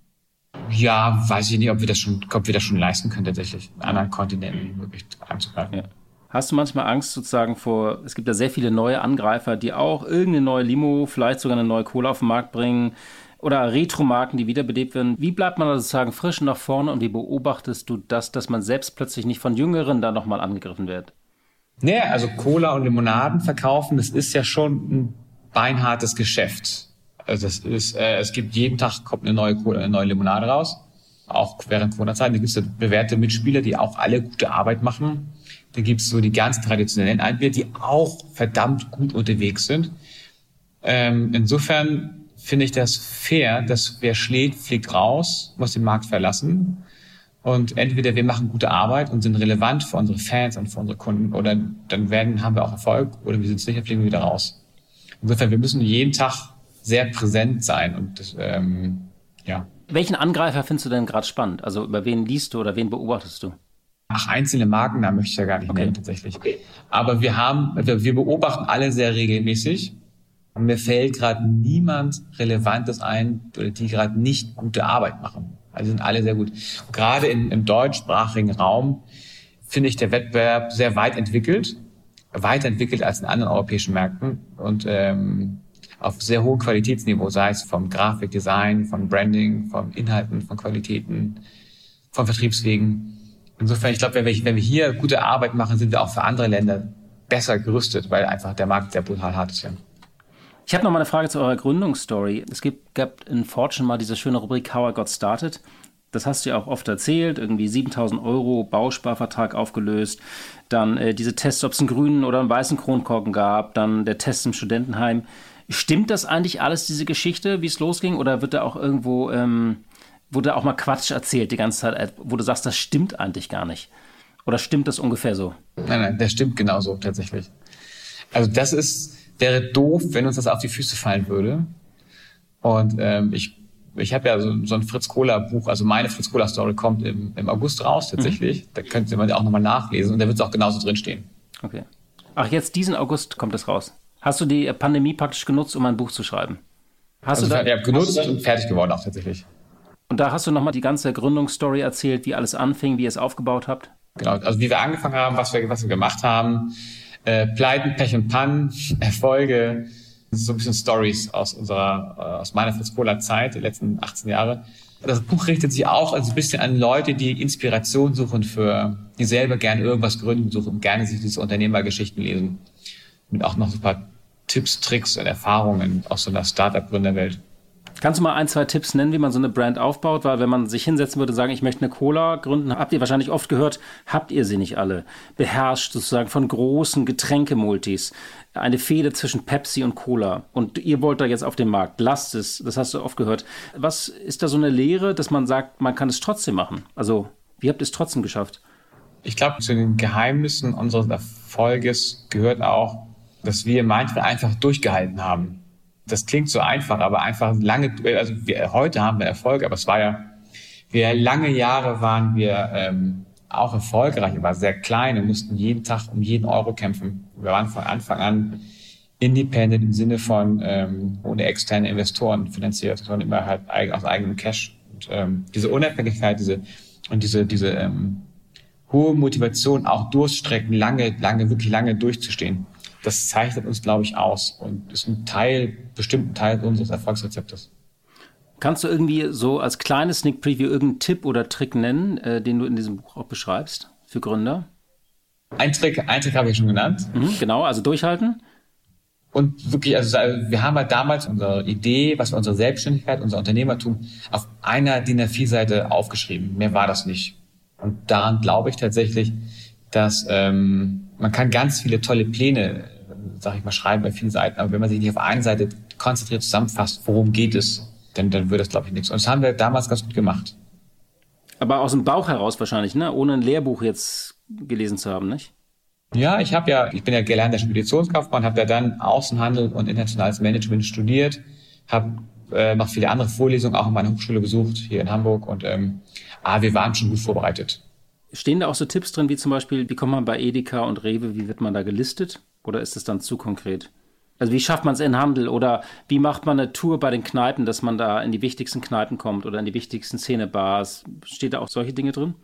Ja, weiß ich nicht, ob wir das schon leisten können, tatsächlich in anderen Kontinenten wirklich anzugreifen. Ja. Hast du manchmal Angst sozusagen es gibt ja sehr viele neue Angreifer, die auch irgendeine neue Limo, vielleicht sogar eine neue Cola auf den Markt bringen oder Retro-Marken, die wiederbelebt werden. Wie bleibt man da sozusagen frisch nach vorne und wie beobachtest du das, dass man selbst plötzlich nicht von Jüngeren da nochmal angegriffen wird? Nee, also Cola und Limonaden verkaufen, das ist ja schon ein beinhartes Geschäft. Also es gibt jeden Tag kommt eine neue Cola, eine neue Limonade raus. Auch während Corona-Zeiten. Da gibt es bewährte Mitspieler, die auch alle gute Arbeit machen. Da gibt es so die ganz traditionellen Anbieter, die auch verdammt gut unterwegs sind. Insofern finde ich das fair, dass wer schlägt, fliegt raus, muss den Markt verlassen. Und entweder wir machen gute Arbeit und sind relevant für unsere Fans und für unsere Kunden, oder dann haben wir auch Erfolg, oder wir sind sicher, fliegen wir wieder raus. Insofern, wir müssen jeden Tag sehr präsent sein. Und das, ja. Welchen Angreifer findest du denn gerade spannend? Also über wen liest du oder wen beobachtest du? Einzelne Marken, da möchte ich ja gar nicht nennen tatsächlich. Aber wir beobachten alle sehr regelmäßig. Und mir fällt gerade niemand Relevantes ein, oder die gerade nicht gute Arbeit machen. Also sind alle sehr gut. Und gerade im deutschsprachigen Raum finde ich der Wettbewerb sehr weit entwickelt. Weiter entwickelt als in anderen europäischen Märkten. Und auf sehr hohem Qualitätsniveau, sei es vom Grafikdesign, vom Branding, von Inhalten, von Qualitäten, von Vertriebswegen. Insofern, ich glaube, wenn wir hier gute Arbeit machen, sind wir auch für andere Länder besser gerüstet, weil einfach der Markt sehr brutal hart ist. Ja. Ich habe noch mal eine Frage zu eurer Gründungsstory. Es gab in Fortune mal diese schöne Rubrik How I Got Started. Das hast du ja auch oft erzählt. Irgendwie 7.000 € Bausparvertrag aufgelöst. Dann diese Tests, ob es einen grünen oder einen weißen Kronkorken gab. Dann der Test im Studentenheim. Stimmt das eigentlich alles, diese Geschichte, wie es losging? Oder wird da auch irgendwo, wurde auch mal Quatsch erzählt die ganze Zeit, wo du sagst, das stimmt eigentlich gar nicht? Oder stimmt das ungefähr so? Nein, das stimmt genauso tatsächlich. Also wäre doof, wenn uns das auf die Füße fallen würde. Und ich habe ja so ein Fritz-Cola-Buch, also meine Fritz-Cola-Story kommt im August raus tatsächlich. Da könnt ihr auch nochmal nachlesen und da wird es auch genauso drinstehen. Okay. Ach, jetzt diesen August kommt es raus. Hast du die Pandemie praktisch genutzt, um ein Buch zu schreiben? Ja, genutzt und fertig geworden auch tatsächlich. Und da hast du nochmal die ganze Gründungsstory erzählt, wie alles anfing, wie ihr es aufgebaut habt? Genau, also wie wir angefangen haben, was wir gemacht haben. Pleiten, Pech und Pannen, Erfolge, so ein bisschen Stories aus meiner Fritz-Cola-Zeit, die letzten 18 Jahre. Das Buch richtet sich auch also ein bisschen an Leute, die Inspiration suchen die selber gerne irgendwas gründen suchen und gerne sich diese Unternehmergeschichten lesen. Mit auch noch so ein paar Tipps, Tricks und Erfahrungen aus so einer Startup-Gründerwelt. Kannst du mal 1, 2 Tipps nennen, wie man so eine Brand aufbaut? Weil wenn man sich hinsetzen würde und sagen, ich möchte eine Cola gründen, habt ihr wahrscheinlich oft gehört, habt ihr sie nicht alle. Beherrscht sozusagen von großen Getränkemultis. Eine Fehde zwischen Pepsi und Cola. Und ihr wollt da jetzt auf den Markt. Lasst es. Das hast du oft gehört. Was ist da so eine Lehre, dass man sagt, man kann es trotzdem machen? Also, wie habt ihr es trotzdem geschafft? Ich glaube, zu den Geheimnissen unseres Erfolges gehört auch, dass wir manchmal einfach durchgehalten haben. Das klingt so einfach, aber einfach heute haben wir Erfolg, aber es war ja, lange Jahre waren wir auch erfolgreich, wir waren sehr klein und mussten jeden Tag um jeden Euro kämpfen. Wir waren von Anfang an independent im Sinne von ohne externe Investoren finanziert, sondern immer halt aus eigenem Cash. Und diese Unabhängigkeit, diese hohe Motivation, auch Durststrecken wirklich lange durchzustehen. Das zeichnet uns, glaube ich, aus und ist bestimmten Teil unseres Erfolgsrezeptes. Kannst du irgendwie so als kleines Sneak Preview irgendeinen Tipp oder Trick nennen, den du in diesem Buch auch beschreibst für Gründer? Ein Trick habe ich schon genannt. Genau, also durchhalten. Und wirklich, also wir haben halt damals unsere Idee, unsere Selbstständigkeit, unser Unternehmertum auf einer DIN A4-Seite aufgeschrieben. Mehr war das nicht. Und daran glaube ich tatsächlich, dass man kann ganz viele tolle Pläne, sag ich mal, schreiben bei vielen Seiten, aber wenn man sich nicht auf eine Seite konzentriert zusammenfasst, worum geht es, dann wird das, glaube ich, nichts. Und das haben wir damals ganz gut gemacht. Aber aus dem Bauch heraus wahrscheinlich, ne? Ohne ein Lehrbuch jetzt gelesen zu haben, nicht? Ja, ich bin ja gelernter Speditionskaufmann, habe ja dann Außenhandel und internationales Management studiert, habe noch viele andere Vorlesungen auch in meiner Hochschule besucht, hier in Hamburg. Und wir waren schon gut vorbereitet. Stehen da auch so Tipps drin, wie zum Beispiel, wie kommt man bei Edeka und Rewe, wie wird man da gelistet? Oder ist es dann zu konkret? Also wie schafft man es in Handel? Oder wie macht man eine Tour bei den Kneipen, dass man da in die wichtigsten Kneipen kommt oder in die wichtigsten Szenebars? Steht da auch solche Dinge drin?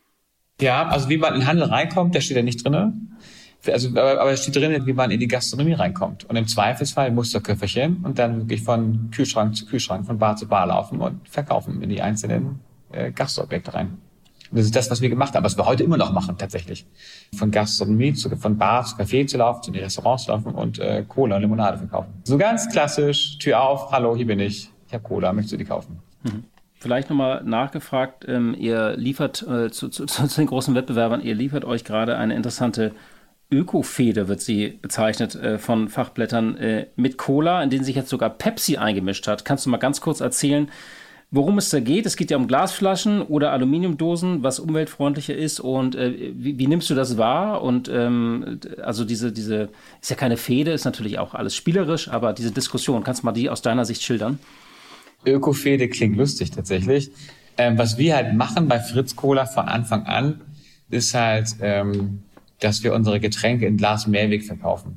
Ja, also wie man in den Handel reinkommt, da steht ja nicht drin. Also, aber es steht drin, wie man in die Gastronomie reinkommt. Und im Zweifelsfall Musterköfferchen und dann wirklich von Kühlschrank zu Kühlschrank, von Bar zu Bar laufen und verkaufen in die einzelnen Gastobjekte rein. Und das ist das, was wir gemacht haben, was wir heute immer noch machen tatsächlich. Von Gastronomie, von Bar zu Café zu laufen, zu den Restaurants zu laufen und Cola und Limonade verkaufen. So ganz klassisch, Tür auf, hallo, hier bin ich habe Cola, möchtest du die kaufen? Mhm. Vielleicht nochmal nachgefragt, ihr liefert zu den großen Wettbewerbern, ihr liefert euch gerade eine interessante Öko-Fehde, wird sie bezeichnet von Fachblättern, mit Cola, in denen sich jetzt sogar Pepsi eingemischt hat. Kannst du mal ganz kurz erzählen, worum es da geht? Es geht ja um Glasflaschen oder Aluminiumdosen, was umweltfreundlicher ist. Und wie nimmst du das wahr? Und also diese ist ja keine Fehde, ist natürlich auch alles spielerisch, aber diese Diskussion, kannst du mal die aus deiner Sicht schildern? Öko-Fehde klingt lustig tatsächlich. Was wir halt machen bei Fritz Cola von Anfang an, ist halt, dass wir unsere Getränke in Glas Mehrweg verkaufen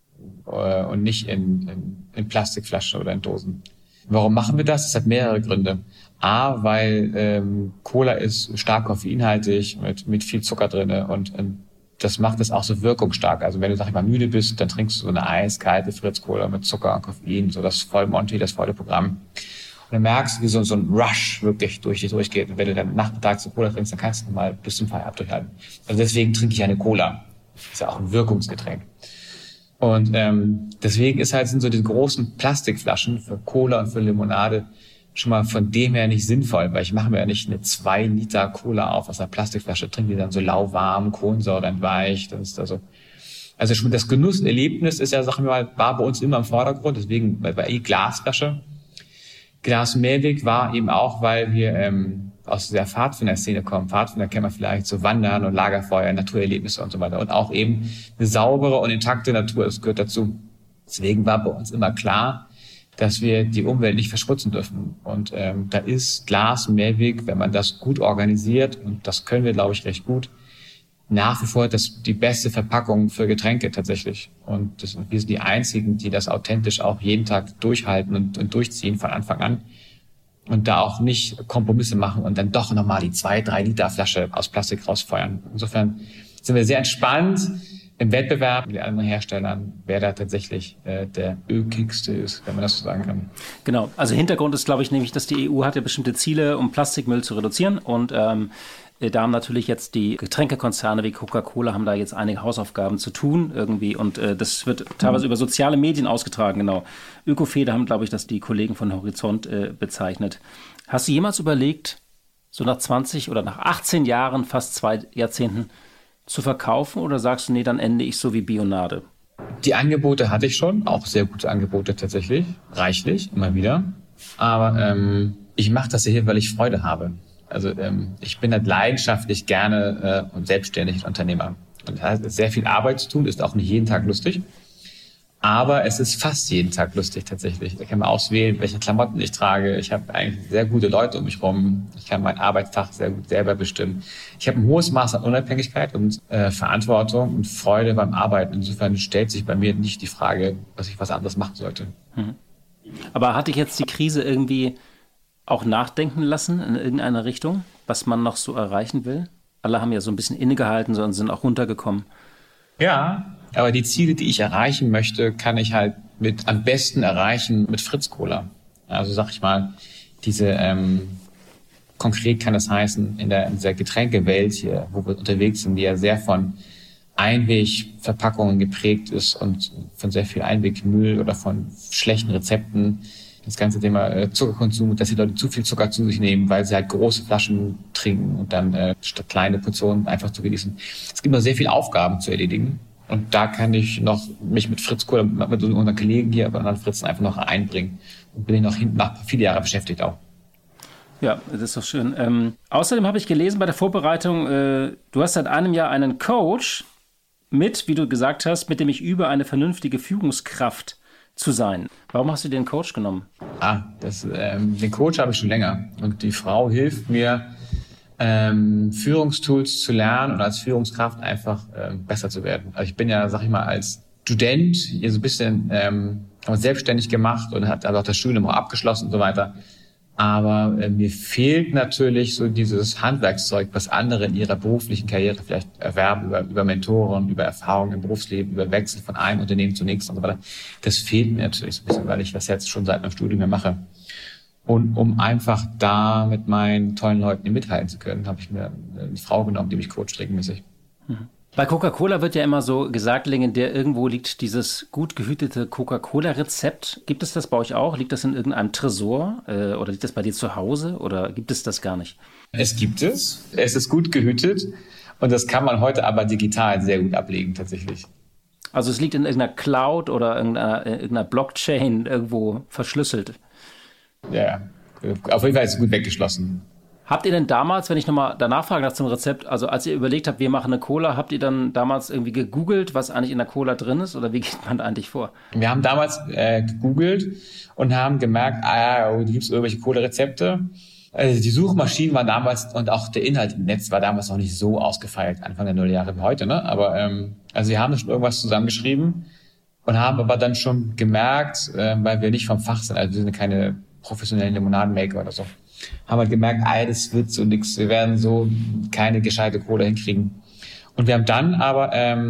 und nicht in Plastikflaschen oder in Dosen. Warum machen wir das? Das hat mehrere Gründe. A, weil Cola ist stark koffeinhaltig mit viel Zucker drinne und das macht es auch so wirkungsstark. Also wenn du, sag ich mal, müde bist, dann trinkst du so eine eiskalte Fritz Cola mit Zucker und Koffein, so das Vollmonty, das volle Programm. Und dann merkst du, wie so ein Rush wirklich durch dich durchgeht. Und wenn du dann nachmittags eine Cola trinkst, dann kannst du mal bis zum Feierabend durchhalten. Also deswegen trinke ich eine Cola. Das ist ja auch ein Wirkungsgetränk. Und deswegen sind so diese großen Plastikflaschen für Cola und für Limonade schon mal von dem her nicht sinnvoll, weil ich mache mir ja nicht eine 2 Liter Cola auf aus einer Plastikflasche, trinke die dann so lauwarm, Kohlensäure entweicht. Das ist also schon das Genusserlebnis ist ja, sagen wir mal, war bei uns immer im Vordergrund, deswegen bei Glasflasche. Glas Mehrweg war eben auch, weil wir aus der Pfadfinder-Szene kommen. Pfadfinder kennen wir vielleicht, so Wandern und Lagerfeuer, Naturerlebnisse und so weiter. Und auch eben eine saubere und intakte Natur, das gehört dazu. Deswegen war bei uns immer klar, dass wir die Umwelt nicht verschmutzen dürfen. Und da ist Glas Mehrweg, wenn man das gut organisiert, und das können wir, glaube ich, recht gut, nach wie vor die beste Verpackung für Getränke tatsächlich. Und wir sind die Einzigen, die das authentisch auch jeden Tag durchhalten und durchziehen von Anfang an. Und da auch nicht Kompromisse machen und dann doch nochmal die 2-3 Liter Flasche aus Plastik rausfeuern. Insofern sind wir sehr entspannt im Wettbewerb mit den anderen Herstellern, wer da tatsächlich der ökigste ist, wenn man das so sagen kann. Genau, also Hintergrund ist, glaube ich, nämlich, dass die EU hat ja bestimmte Ziele, um Plastikmüll zu reduzieren. Und da haben natürlich jetzt die Getränkekonzerne wie Coca-Cola haben da jetzt einige Hausaufgaben zu tun irgendwie und das wird teilweise über soziale Medien ausgetragen, genau. Öko-Fehde haben, glaube ich, das die Kollegen von Horizont bezeichnet. Hast du jemals überlegt, so nach 20 oder nach 18 Jahren, fast 2 Jahrzehnten, zu verkaufen oder sagst du, nee, dann ende ich so wie Bionade? Die Angebote hatte ich schon, auch sehr gute Angebote tatsächlich, reichlich, immer wieder. Aber ich mache das hier, weil ich Freude habe. Also ich bin halt leidenschaftlich gerne und selbstständig Unternehmer. Und das heißt, sehr viel Arbeit zu tun, ist auch nicht jeden Tag lustig. Aber es ist fast jeden Tag lustig tatsächlich. Da kann man auswählen, welche Klamotten ich trage. Ich habe eigentlich sehr gute Leute um mich rum. Ich kann meinen Arbeitstag sehr gut selber bestimmen. Ich habe ein hohes Maß an Unabhängigkeit und Verantwortung und Freude beim Arbeiten. Insofern stellt sich bei mir nicht die Frage, dass ich was anderes machen sollte. Mhm. Aber hat dich jetzt die Krise irgendwie auch nachdenken lassen in irgendeiner Richtung, was man noch so erreichen will? Alle haben ja so ein bisschen innegehalten und sind auch runtergekommen. Ja, aber die Ziele, die ich erreichen möchte, kann ich halt am besten erreichen mit Fritz Cola. Also sag ich mal, konkret kann das heißen, in dieser Getränkewelt hier, wo wir unterwegs sind, die ja sehr von Einwegverpackungen geprägt ist und von sehr viel Einwegmüll oder von schlechten Rezepten. Das ganze Thema Zuckerkonsum, dass die Leute zu viel Zucker zu sich nehmen, weil sie halt große Flaschen trinken und dann statt kleine Portionen einfach zu genießen. Es gibt noch sehr viele Aufgaben zu erledigen. Und da kann ich noch mich mit Fritz Cola, mit unseren Kollegen hier bei anderen Fritzen einfach noch einbringen. Und bin ich noch hinten nach viele Jahre beschäftigt auch. Ja, das ist doch schön. Außerdem habe ich gelesen bei der Vorbereitung, du hast seit einem Jahr einen Coach mit, wie du gesagt hast, mit dem ich übe, eine vernünftige Führungskraft zu sein. Warum hast du den Coach genommen? Den Coach habe ich schon länger. Und die Frau hilft mir, Führungstools zu lernen und als Führungskraft einfach besser zu werden. Also ich bin ja, sag ich mal, als Student hier so ein bisschen selbstständig gemacht und hat also auch das Studium auch abgeschlossen und so weiter. Aber mir fehlt natürlich so dieses Handwerkszeug, was andere in ihrer beruflichen Karriere vielleicht erwerben, über Mentoren, über Erfahrungen im Berufsleben, über Wechsel von einem Unternehmen zum nächsten und so weiter. Das fehlt mir natürlich so ein bisschen, weil ich das jetzt schon seit meinem Studium mehr mache. Und um einfach da mit meinen tollen Leuten mithalten zu können, habe ich mir eine Frau genommen, die mich coacht regelmäßig. Bei Coca-Cola wird ja immer so gesagt, legendär, irgendwo liegt dieses gut gehütete Coca-Cola-Rezept. Gibt es das bei euch auch? Liegt das in irgendeinem Tresor? Oder liegt das bei dir zu Hause? Oder gibt es das gar nicht? Es gibt es. Es ist gut gehütet. Und das kann man heute aber digital sehr gut ablegen, tatsächlich. Also es liegt in irgendeiner Cloud oder irgendeiner Blockchain irgendwo verschlüsselt. Ja, auf jeden Fall ist es gut weggeschlossen. Habt ihr denn damals, wenn ich nochmal danach frage nach zum Rezept, also als ihr überlegt habt, wir machen eine Cola, habt ihr dann damals irgendwie gegoogelt, was eigentlich in der Cola drin ist? Oder wie geht man da eigentlich vor? Wir haben damals gegoogelt und haben gemerkt, da gibt es irgendwelche Cola-Rezepte. Also die Suchmaschinen waren damals und auch der Inhalt im Netz war damals noch nicht so ausgefeilt, Anfang der Nullerjahre wie heute. Ne? Aber also wir haben schon irgendwas zusammengeschrieben und haben aber dann schon gemerkt, weil wir nicht vom Fach sind, also wir sind keine professionellen Limonadenmaker oder so, haben wir gemerkt, das wird so nix, wir werden so keine gescheite Cola hinkriegen. Und wir haben dann aber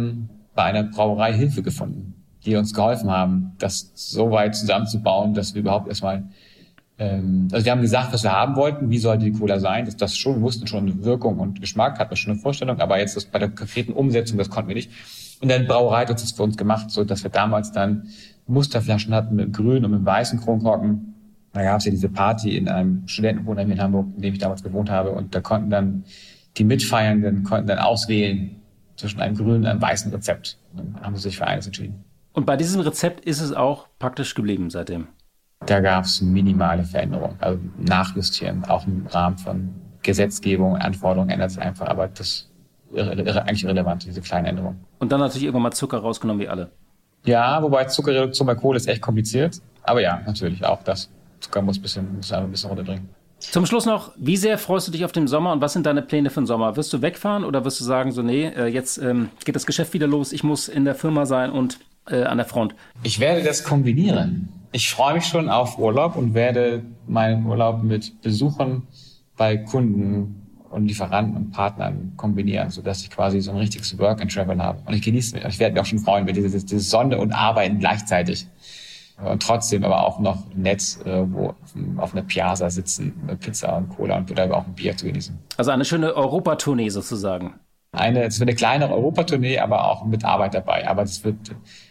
bei einer Brauerei Hilfe gefunden, die uns geholfen haben, das so weit zusammenzubauen, dass wir überhaupt erstmal, also wir haben gesagt, was wir haben wollten, wie sollte die Cola sein, das schon, wir wussten schon Wirkung und Geschmack, hatten wir schon eine Vorstellung, aber jetzt das bei der konkreten Umsetzung, das konnten wir nicht. Und dann Brauerei hat uns das für uns gemacht, so dass wir damals dann Musterflaschen hatten mit grünen und mit weißen Kronkorken. Da gab es ja diese Party in einem Studentenwohnheim in Hamburg, in dem ich damals gewohnt habe. Und da konnten dann die Mitfeiernden auswählen zwischen einem grünen und einem weißen Rezept. Und dann haben sie sich für eines entschieden. Und bei diesem Rezept ist es auch praktisch geblieben seitdem? Da gab es minimale Veränderungen, also nachjustieren. Auch im Rahmen von Gesetzgebung, Anforderungen ändert sich einfach. Aber das ist eigentlich irrelevant, diese kleinen Änderungen. Und dann natürlich irgendwann mal Zucker rausgenommen wie alle. Ja, wobei Zuckerreduktion bei Cola ist echt kompliziert. Aber ja, natürlich auch das. Zucker muss ein bisschen runterbringen. Zum Schluss noch, wie sehr freust du dich auf den Sommer und was sind deine Pläne für den Sommer? Wirst du wegfahren oder wirst du sagen, so jetzt geht das Geschäft wieder los, ich muss in der Firma sein und an der Front? Ich werde das kombinieren. Ich freue mich schon auf Urlaub und werde meinen Urlaub mit Besuchen bei Kunden und Lieferanten und Partnern kombinieren, sodass ich quasi so ein richtiges Work and Travel habe. Und ich genieße es. Ich werde mich auch schon freuen, mit diese Sonne und Arbeiten gleichzeitig. Und trotzdem aber auch noch nett wo auf einer Piazza sitzen, mit Pizza und Cola und oder auch ein Bier zu genießen. Also eine schöne Europatournee sozusagen. Es wird eine kleinere Europatournee, aber auch mit Arbeit dabei. Aber es wird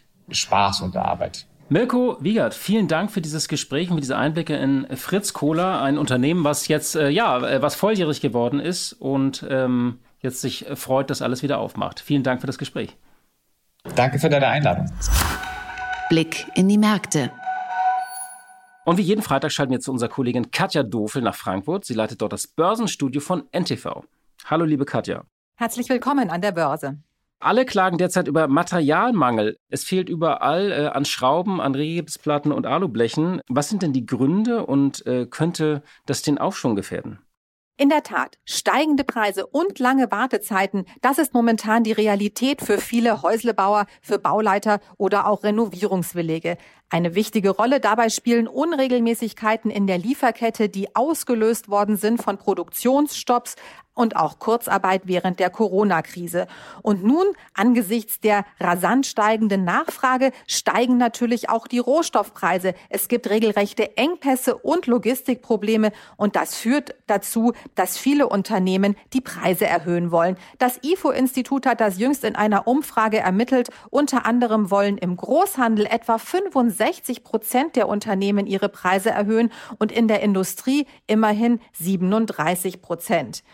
Spaß unter Arbeit. Mirko Wiegert, vielen Dank für dieses Gespräch und für diese Einblicke in Fritz Cola, ein Unternehmen, was jetzt was volljährig geworden ist und jetzt sich freut, dass alles wieder aufmacht. Vielen Dank für das Gespräch. Danke für deine Einladung. Blick in die Märkte. Und wie jeden Freitag schalten wir zu unserer Kollegin Katja Dofel nach Frankfurt. Sie leitet dort das Börsenstudio von NTV. Hallo, liebe Katja. Herzlich willkommen an der Börse. Alle klagen derzeit über Materialmangel. Es fehlt überall an Schrauben, an Gipsplatten und Alublechen. Was sind denn die Gründe und könnte das den Aufschwung gefährden? In der Tat, steigende Preise und lange Wartezeiten, das ist momentan die Realität für viele Häuslebauer, für Bauleiter oder auch Renovierungswillige. Eine wichtige Rolle dabei spielen Unregelmäßigkeiten in der Lieferkette, die ausgelöst worden sind von Produktionsstopps und auch Kurzarbeit während der Corona-Krise. Und nun, angesichts der rasant steigenden Nachfrage, steigen natürlich auch die Rohstoffpreise. Es gibt regelrechte Engpässe und Logistikprobleme und das führt dazu, dass viele Unternehmen die Preise erhöhen wollen. Das IFO-Institut hat das jüngst in einer Umfrage ermittelt. Unter anderem wollen im Großhandel etwa 65% der Unternehmen ihre Preise erhöhen und in der Industrie immerhin 37%.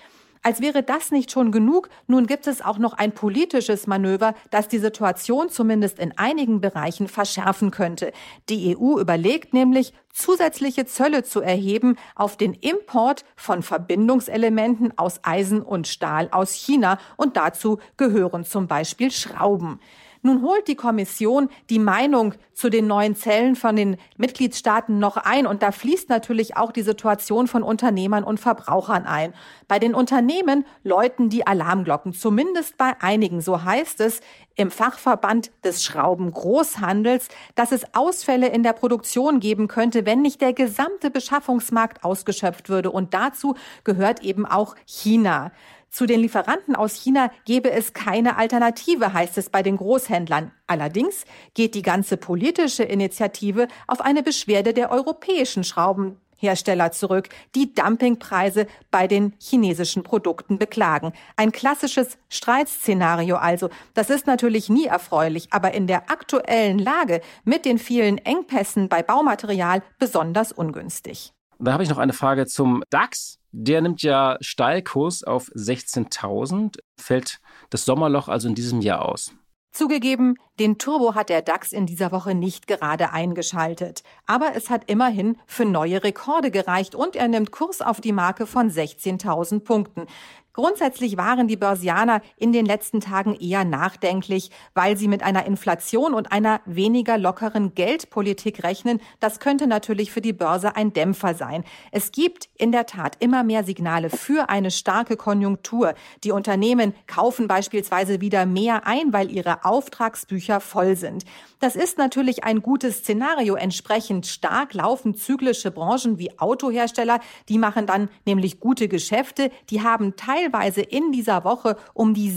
Als wäre das nicht schon genug, nun gibt es auch noch ein politisches Manöver, das die Situation zumindest in einigen Bereichen verschärfen könnte. Die EU überlegt nämlich, zusätzliche Zölle zu erheben auf den Import von Verbindungselementen aus Eisen und Stahl aus China, und dazu gehören zum Beispiel Schrauben. Nun holt die Kommission die Meinung zu den neuen Zöllen von den Mitgliedstaaten noch ein, und da fließt natürlich auch die Situation von Unternehmern und Verbrauchern ein. Bei den Unternehmen läuten die Alarmglocken, zumindest bei einigen. So heißt es im Fachverband des Schraubengroßhandels, dass es Ausfälle in der Produktion geben könnte, wenn nicht der gesamte Beschaffungsmarkt ausgeschöpft würde. Und dazu gehört eben auch China. Zu den Lieferanten aus China gebe es keine Alternative, heißt es bei den Großhändlern. Allerdings geht die ganze politische Initiative auf eine Beschwerde der europäischen Schraubenhersteller zurück, die Dumpingpreise bei den chinesischen Produkten beklagen. Ein klassisches Streitszenario also. Das ist natürlich nie erfreulich, aber in der aktuellen Lage mit den vielen Engpässen bei Baumaterial besonders ungünstig. Da habe ich noch eine Frage zum DAX. Der nimmt ja Steilkurs auf 16.000. Fällt das Sommerloch also in diesem Jahr aus? Zugegeben, den Turbo hat der DAX in dieser Woche nicht gerade eingeschaltet. Aber es hat immerhin für neue Rekorde gereicht und er nimmt Kurs auf die Marke von 16.000 Punkten. Grundsätzlich waren die Börsianer in den letzten Tagen eher nachdenklich, weil sie mit einer Inflation und einer weniger lockeren Geldpolitik rechnen. Das könnte natürlich für die Börse ein Dämpfer sein. Es gibt in der Tat immer mehr Signale für eine starke Konjunktur. Die Unternehmen kaufen beispielsweise wieder mehr ein, weil ihre Auftragsbücher voll sind. Das ist natürlich ein gutes Szenario. Entsprechend stark laufen zyklische Branchen wie Autohersteller. Die machen dann nämlich gute Geschäfte. Die haben teilweise in dieser Woche um die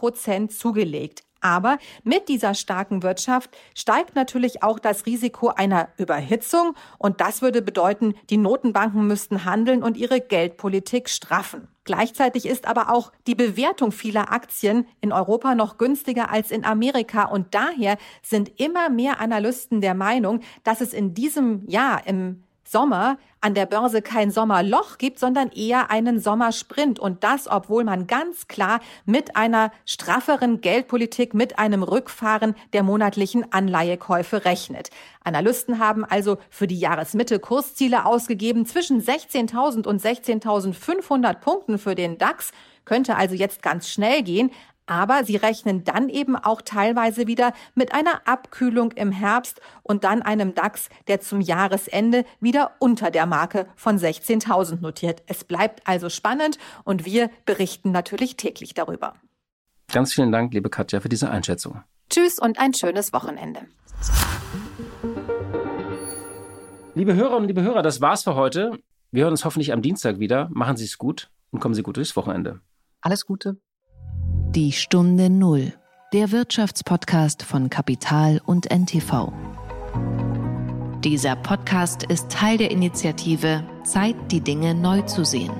7% zugelegt. Aber mit dieser starken Wirtschaft steigt natürlich auch das Risiko einer Überhitzung. Und das würde bedeuten, die Notenbanken müssten handeln und ihre Geldpolitik straffen. Gleichzeitig ist aber auch die Bewertung vieler Aktien in Europa noch günstiger als in Amerika. Und daher sind immer mehr Analysten der Meinung, dass es in diesem Jahr im Sommer an der Börse kein Sommerloch gibt, sondern eher einen Sommersprint. Und das, obwohl man ganz klar mit einer strafferen Geldpolitik, mit einem Rückfahren der monatlichen Anleihekäufe rechnet. Analysten haben also für die Jahresmitte Kursziele ausgegeben zwischen 16.000 und 16.500 Punkten für den DAX. Könnte also jetzt ganz schnell gehen. Aber sie rechnen dann eben auch teilweise wieder mit einer Abkühlung im Herbst und dann einem DAX, der zum Jahresende wieder unter der Marke von 16.000 notiert. Es bleibt also spannend und wir berichten natürlich täglich darüber. Ganz vielen Dank, liebe Katja, für diese Einschätzung. Tschüss und ein schönes Wochenende. Liebe Hörerinnen und liebe Hörer, das war's für heute. Wir hören uns hoffentlich am Dienstag wieder. Machen Sie es gut und kommen Sie gut durchs Wochenende. Alles Gute. Die Stunde Null, der Wirtschaftspodcast von Kapital und NTV. Dieser Podcast ist Teil der Initiative Zeit, die Dinge neu zu sehen.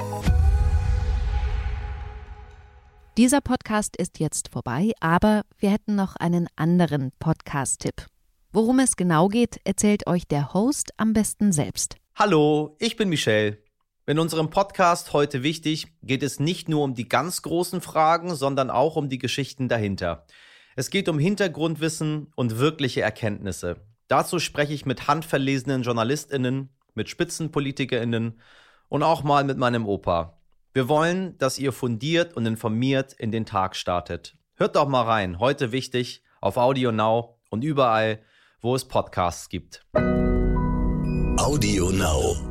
Dieser Podcast ist jetzt vorbei, aber wir hätten noch einen anderen Podcast-Tipp. Worum es genau geht, erzählt euch der Host am besten selbst. Hallo, ich bin Michel. In unserem Podcast Heute wichtig geht es nicht nur um die ganz großen Fragen, sondern auch um die Geschichten dahinter. Es geht um Hintergrundwissen und wirkliche Erkenntnisse. Dazu spreche ich mit handverlesenen JournalistInnen, mit SpitzenpolitikerInnen und auch mal mit meinem Opa. Wir wollen, dass ihr fundiert und informiert in den Tag startet. Hört doch mal rein, Heute wichtig, auf Audio Now und überall, wo es Podcasts gibt. Audio Now.